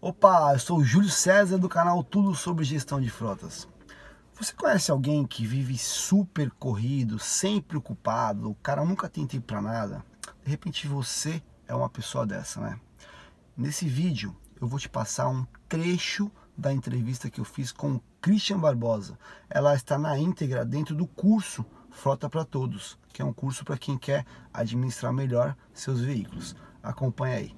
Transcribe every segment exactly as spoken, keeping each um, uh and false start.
Opa, eu sou o Júlio César do canal Tudo Sobre Gestão de Frotas. Você conhece alguém que vive super corrido, sempre ocupado, o cara nunca tem tempo para nada? De repente você é uma pessoa dessa, né? Nesse vídeo eu vou te passar um trecho da entrevista que eu fiz com o Christian Barbosa. Ela está na íntegra dentro do curso Frota para Todos, que é um curso para quem quer administrar melhor seus veículos. Acompanha aí.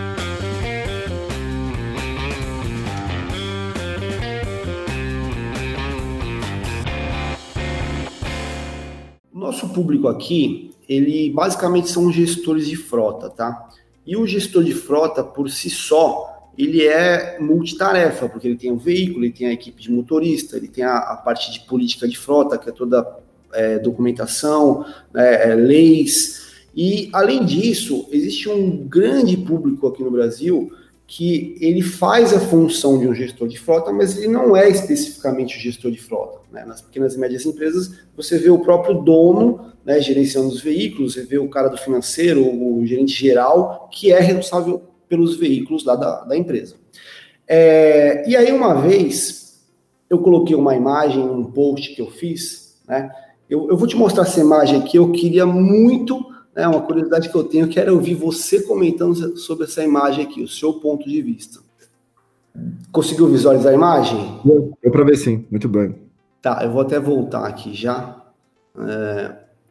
Nosso público aqui, ele basicamente são gestores de frota, tá? E o gestor de frota, por si só, ele é multitarefa, porque ele tem o veículo, ele tem a equipe de motorista, ele tem a, a parte de política de frota, que é toda é, documentação, é, é, leis. E, além disso, existe um grande público aqui no Brasil que ele faz a função de um gestor de frota, mas ele não é especificamente o gestor de frota, né? Nas pequenas e médias empresas, você vê o próprio dono, né, gerenciando os veículos, você vê o cara do financeiro, o gerente geral, que é responsável pelos veículos lá da, da empresa. É, e aí, uma vez, eu coloquei uma imagem, um post que eu fiz, né? Eu, eu vou te mostrar essa imagem aqui, eu queria muito... É uma curiosidade que eu tenho, eu quero ouvir você comentando sobre essa imagem aqui, o seu ponto de vista. Conseguiu visualizar a imagem? Deu para ver, sim. Muito bem. Tá, eu vou até voltar aqui já. É,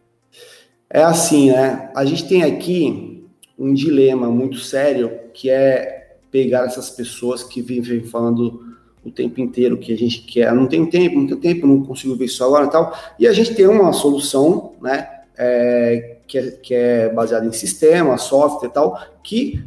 é assim, né? A gente tem aqui um dilema muito sério, que é pegar essas pessoas que vivem falando o tempo inteiro que a gente quer, não tem tempo, não tem tempo, não consigo ver isso agora e tal. E a gente tem uma solução, né? É, que, é, que é baseada em sistema, software e tal, que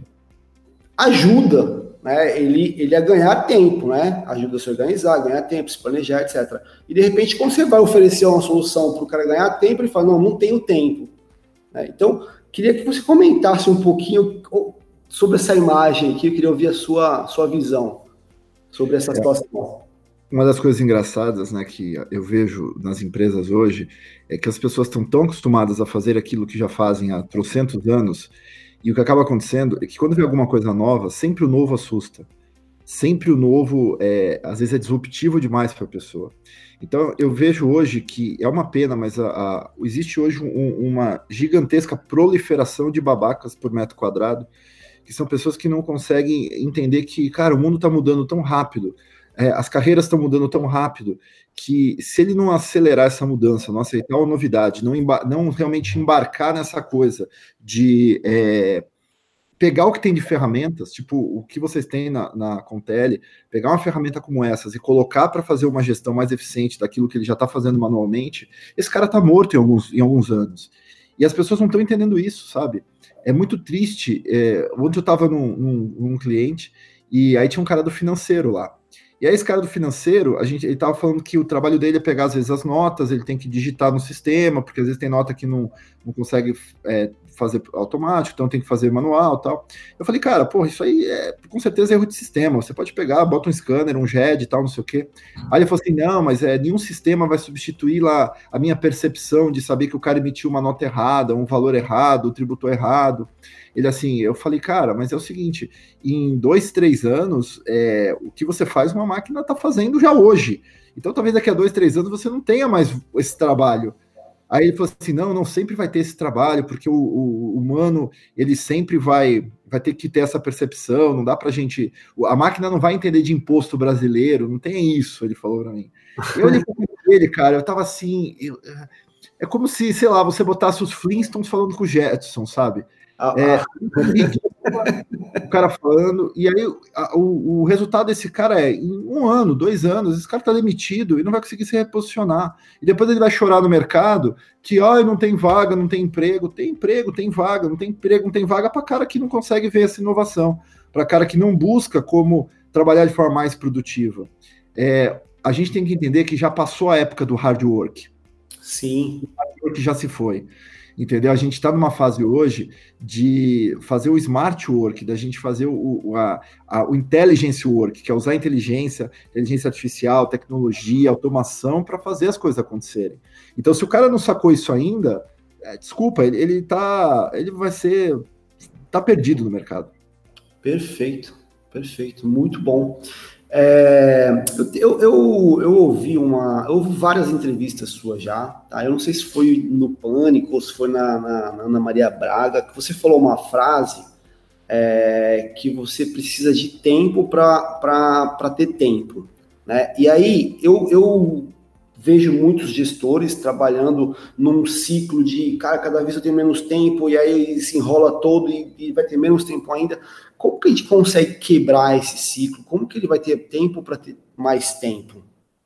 ajuda, né, ele, ele a ganhar tempo, né? Ajuda a se organizar, ganhar tempo, se planejar, etcétera. E de repente, quando você vai oferecer uma solução para o cara ganhar tempo, ele fala, não, não tenho tempo. Né? Então, queria que você comentasse um pouquinho sobre essa imagem aqui, eu queria ouvir a sua, sua visão sobre essa situação. Uma das coisas engraçadas, né, que eu vejo nas empresas hoje é que as pessoas estão tão acostumadas a fazer aquilo que já fazem há trocentos anos, e o que acaba acontecendo é que quando vem alguma coisa nova, sempre o novo assusta. Sempre o novo, é, às vezes, é disruptivo demais para a pessoa. Então, eu vejo hoje que é uma pena, mas a, a, existe hoje um, uma gigantesca proliferação de babacas por metro quadrado, que são pessoas que não conseguem entender que, cara, o mundo está mudando tão rápido, É, as carreiras estão mudando tão rápido que se ele não acelerar essa mudança, não aceitar a novidade, não, não realmente embarcar nessa coisa de é, pegar o que tem de ferramentas, tipo o que vocês têm na, na Contele, pegar uma ferramenta como essas e colocar para fazer uma gestão mais eficiente daquilo que ele já está fazendo manualmente, esse cara está morto em alguns, em alguns anos. E as pessoas não estão entendendo isso, sabe? É muito triste. É, ontem eu estava num, num, num cliente e aí tinha um cara do financeiro lá. E aí esse cara do financeiro, a gente, ele estava falando que o trabalho dele é pegar, às vezes, as notas, ele tem que digitar no sistema, porque às vezes tem nota que não, não consegue é, fazer automático, então tem que fazer manual e tal. Eu falei, cara, porra, isso aí é com certeza erro de sistema, você pode pegar, bota um scanner, um G E D e tal, não sei o quê. Aí ele falou assim, não, mas é, nenhum sistema vai substituir lá a minha percepção de saber que o cara emitiu uma nota errada, um valor errado, tributou errado. Ele assim, eu falei, cara, mas é o seguinte, em dois, três anos, é, o que você faz, uma máquina está fazendo já hoje. Então, talvez daqui a dois, três anos você não tenha mais esse trabalho. Aí ele falou assim, não, não sempre vai ter esse trabalho, porque o, o, o humano, ele sempre vai, vai ter que ter essa percepção, não dá pra gente... A máquina não vai entender de imposto brasileiro, não tem isso, ele falou pra mim. Eu olhei pra ele, cara, eu tava assim... Eu, é como se, sei lá, você botasse os Flintstones falando com o Jetson, sabe? É, o cara falando, e aí a, o, o resultado desse cara é, em um ano, dois anos, esse cara tá demitido e não vai conseguir se reposicionar, e depois ele vai chorar no mercado que, ó, não tem vaga, não tem emprego, tem emprego, tem vaga, não tem emprego, não tem vaga para cara que não consegue ver essa inovação, para cara que não busca como trabalhar de forma mais produtiva. É, a gente tem que entender que já passou a época do hard work. Sim. O hard work já se foi. Entendeu? A gente está numa fase hoje de fazer o smart work, da gente fazer o, a, a, o intelligence work, que é usar a inteligência, inteligência artificial, tecnologia, automação para fazer as coisas acontecerem. Então, se o cara não sacou isso ainda, é, desculpa, ele, ele, tá, ele vai ser... tá perdido no mercado. Perfeito, Perfeito, muito bom. É, eu, eu, eu ouvi uma, eu ouvi várias entrevistas suas já, tá? Eu não sei se foi no Pânico ou se foi na, na, na Ana Maria Braga, que você falou uma frase é, que você precisa de tempo para ter tempo, né? E aí eu, eu vejo muitos gestores trabalhando num ciclo de, cara, cada vez eu tenho menos tempo, e aí se enrola todo e, e vai ter menos tempo ainda. Como que a gente consegue quebrar esse ciclo? Como que ele vai ter tempo para ter mais tempo?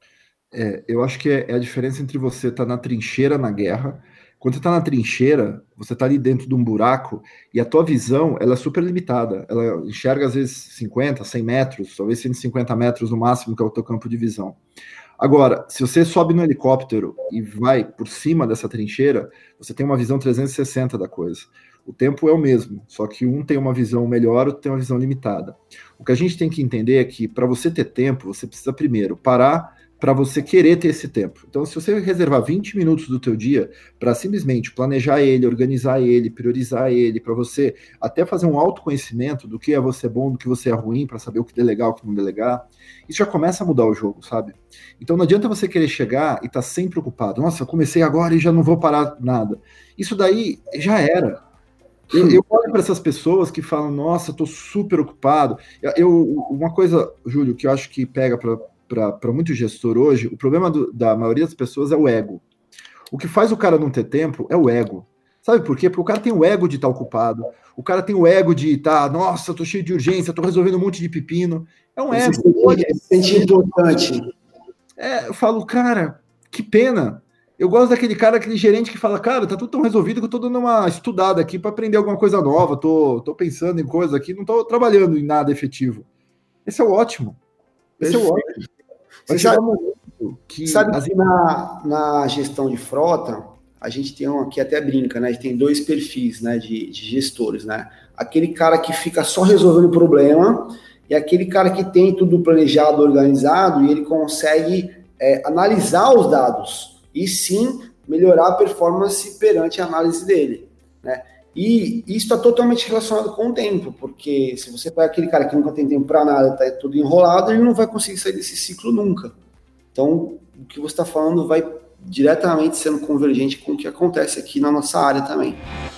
É, eu acho que é, é a diferença entre você estar na trincheira na guerra. Quando você está na trincheira, você está ali dentro de um buraco e a tua visão ela é super limitada. Ela enxerga às vezes cinquenta, cem metros, talvez cento e cinquenta metros no máximo, que é o teu campo de visão. Agora, se você sobe no helicóptero e vai por cima dessa trincheira, você tem uma visão trezentos e sessenta da coisa. O tempo é o mesmo, só que um tem uma visão melhor, outro tem uma visão limitada. O que a gente tem que entender é que para você ter tempo, você precisa primeiro parar para você querer ter esse tempo. Então, se você reservar vinte minutos do teu dia para simplesmente planejar ele, organizar ele, priorizar ele, para você até fazer um autoconhecimento do que é você bom, do que você é ruim, para saber o que delegar, o que não delegar, isso já começa a mudar o jogo, sabe? Então, não adianta você querer chegar e estar tá sempre preocupado. Nossa, eu comecei agora e já não vou parar nada. Isso daí já era. Eu, eu olho para essas pessoas que falam, nossa, estou super ocupado. Eu, eu, uma coisa, Júlio, que eu acho que pega para muito gestor hoje, o problema do, da maioria das pessoas é o ego. O que faz o cara não ter tempo é o ego. Sabe por quê? Porque o cara tem o ego de estar ocupado, o cara tem o ego de estar, nossa, estou cheio de urgência, estou resolvendo um monte de pepino. É um ego. Se sente importante. É, eu falo, cara, que pena. Eu gosto daquele cara, aquele gerente que fala, cara, tá tudo tão resolvido que eu tô dando uma estudada aqui para aprender alguma coisa nova, tô, tô pensando em coisa aqui, não tô trabalhando em nada efetivo. Esse é o ótimo. Esse Perfeito. é o ótimo. Você sabe, que sabe as... que na, na gestão de frota, a gente tem um aqui, até brinca, né? A gente tem dois perfis, né, de, de gestores, né? Aquele cara que fica só resolvendo o problema e aquele cara que tem tudo planejado, organizado e ele consegue é, analisar os dados e sim melhorar a performance perante a análise dele, né? E isso está totalmente relacionado com o tempo, porque se você pega aquele cara que nunca tem tempo para nada, está tudo enrolado, ele não vai conseguir sair desse ciclo nunca. Então, o que você está falando vai diretamente sendo convergente com o que acontece aqui na nossa área também.